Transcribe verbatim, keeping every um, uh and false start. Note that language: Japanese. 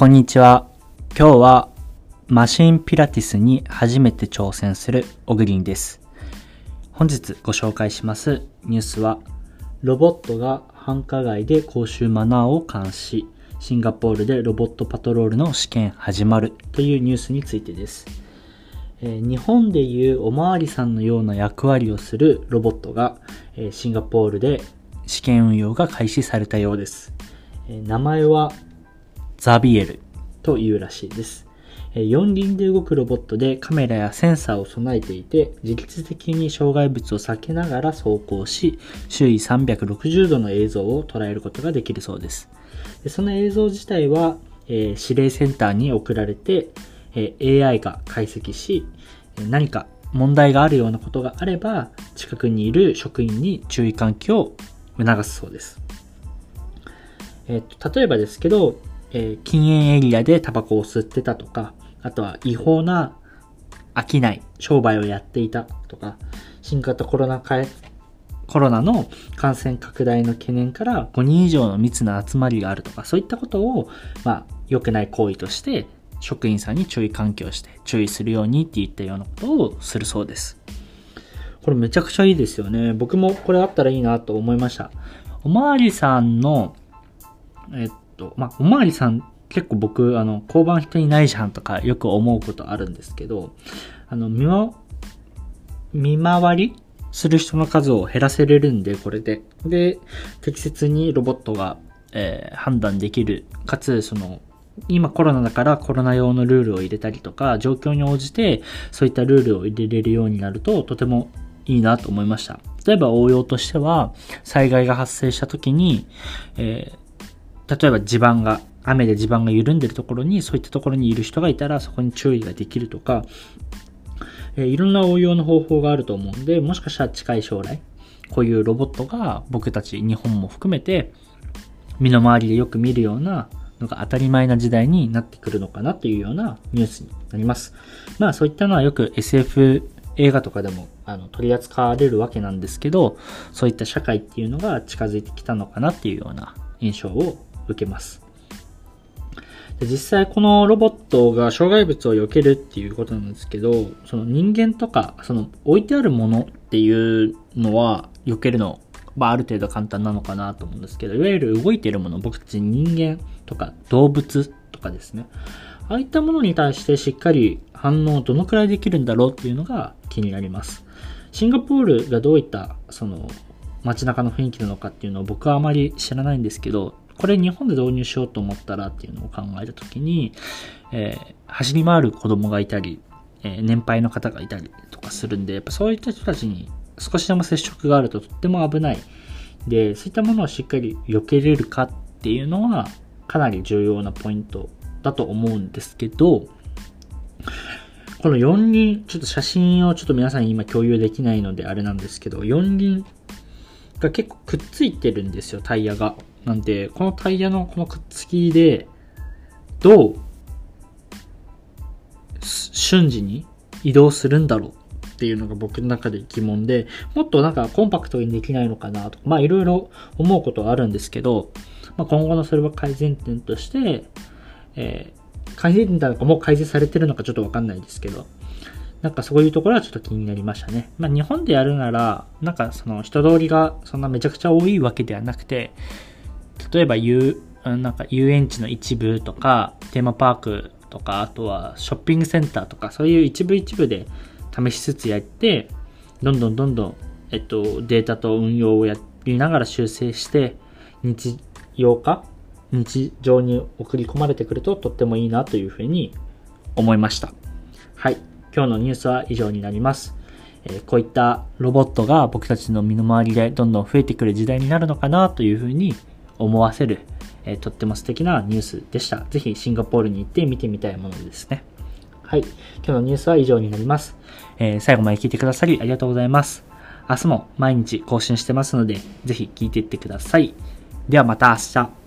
こんにちは。今日はマシンピラティスに初めて挑戦するオグリンです。本日ご紹介しますニュースは、ロボットが繁華街で公衆マナーを監視、シンガポールでロボットパトロールの試験始まるというニュースについてです。えー、日本でいうおまわりさんのような役割をするロボットが、えー、シンガポールで試験運用が開始されたようです。えー、名前はザビエルというらしいです。四輪で動くロボットでカメラやセンサーを備えていて、自律的に障害物を避けながら走行し、周囲さんびゃくろくじゅうどの映像を捉えることができるそうです。でその映像自体は、えー、指令センターに送られて、えー、エーアイ が解析し、何か問題があるようなことがあれば、近くにいる職員に注意喚起を促すそうです。えーと、例えばですけど、えー、禁煙エリアでタバコを吸ってたとか、あとは違法な商い、商売をやっていたとか、新型コロナかコロナの感染拡大の懸念からごにん以上の密な集まりがあるとか、そういったことを、まあ、良くない行為として職員さんに注意喚起をして注意するようにっていったようなことをするそうです。これめちゃくちゃいいですよね。僕もこれあったらいいなと思いました。おまわりさんの、えっと、まあ、おまわりさん結構僕、あの、交番人いないじゃんとかよく思うことあるんですけど、あの、見ま、見回りする人の数を減らせれるんで、これで。で、適切にロボットが、えー、判断できる。かつ、その、今コロナだからコロナ用のルールを入れたりとか、状況に応じてそういったルールを入れれるようになると、とてもいいなと思いました。例えば応用としては、災害が発生した時に、えー、例えば地盤が、雨で地盤が緩んでるところに、そういったところにいる人がいたらそこに注意ができるとか、えー、いろんな応用の方法があると思うんで、もしかしたら近い将来、こういうロボットが僕たち日本も含めて身の回りでよく見るようなのが当たり前な時代になってくるのかなというようなニュースになります。まあそういったのはよく エスエフ 映画とかでもあの取り扱われるわけなんですけど、そういった社会っていうのが近づいてきたのかなっていうような印象を受けます。で実際このロボットが障害物を避けるっていうことなんですけど、その人間とかその置いてあるものっていうのは避けるの、まあ、ある程度簡単なのかなと思うんですけど、いわゆる動いているもの、僕たち人間とか動物とかですね、ああいったものに対してしっかり反応をどのくらいできるんだろうっていうのが気になります。シンガポールがどういったその街中の雰囲気なのかっていうのを僕はあまり知らないんですけど、これ日本で導入しようと思ったらっていうのを考えたときに、えー、走り回る子供がいたり、えー、年配の方がいたりとかするんで、やっぱそういった人たちに少しでも接触があるととっても危ない。で、そういったものをしっかり避けれるかっていうのはかなり重要なポイントだと思うんですけど、この四輪、ちょっと写真をちょっと皆さんに今共有できないのであれなんですけど、四輪が結構くっついてるんですよ、タイヤが。なんで、このタイヤのこのくっつきで、どう瞬時に移動するんだろうっていうのが僕の中で疑問で、もっとなんかコンパクトにできないのかなとか、まあいろいろ思うことはあるんですけど、まあ、今後のそれは改善点として、えー、改善点なのかもう改善されてるのかちょっとわかんないですけど、なんかそういうところはちょっと気になりましたね。まあ日本でやるなら、なんかその人通りがそんなめちゃくちゃ多いわけではなくて、例えば遊、なんか遊園地の一部とか、テーマパークとか、あとはショッピングセンターとか、そういう一部一部で試しつつやって、どんどんどんどん、えっと、データと運用をやりながら修正して、日常化、日常に送り込まれてくるととってもいいなというふうに思いました。はい。今日のニュースは以上になります。えー、こういったロボットが僕たちの身の回りでどんどん増えてくる時代になるのかなというふうに思わせる、えー、とっても素敵なニュースでした。ぜひシンガポールに行って見てみたいものですね。はい。今日のニュースは以上になります。えー、最後まで聞いてくださりありがとうございます。明日も毎日更新してますので、ぜひ聞いていってください。ではまた明日。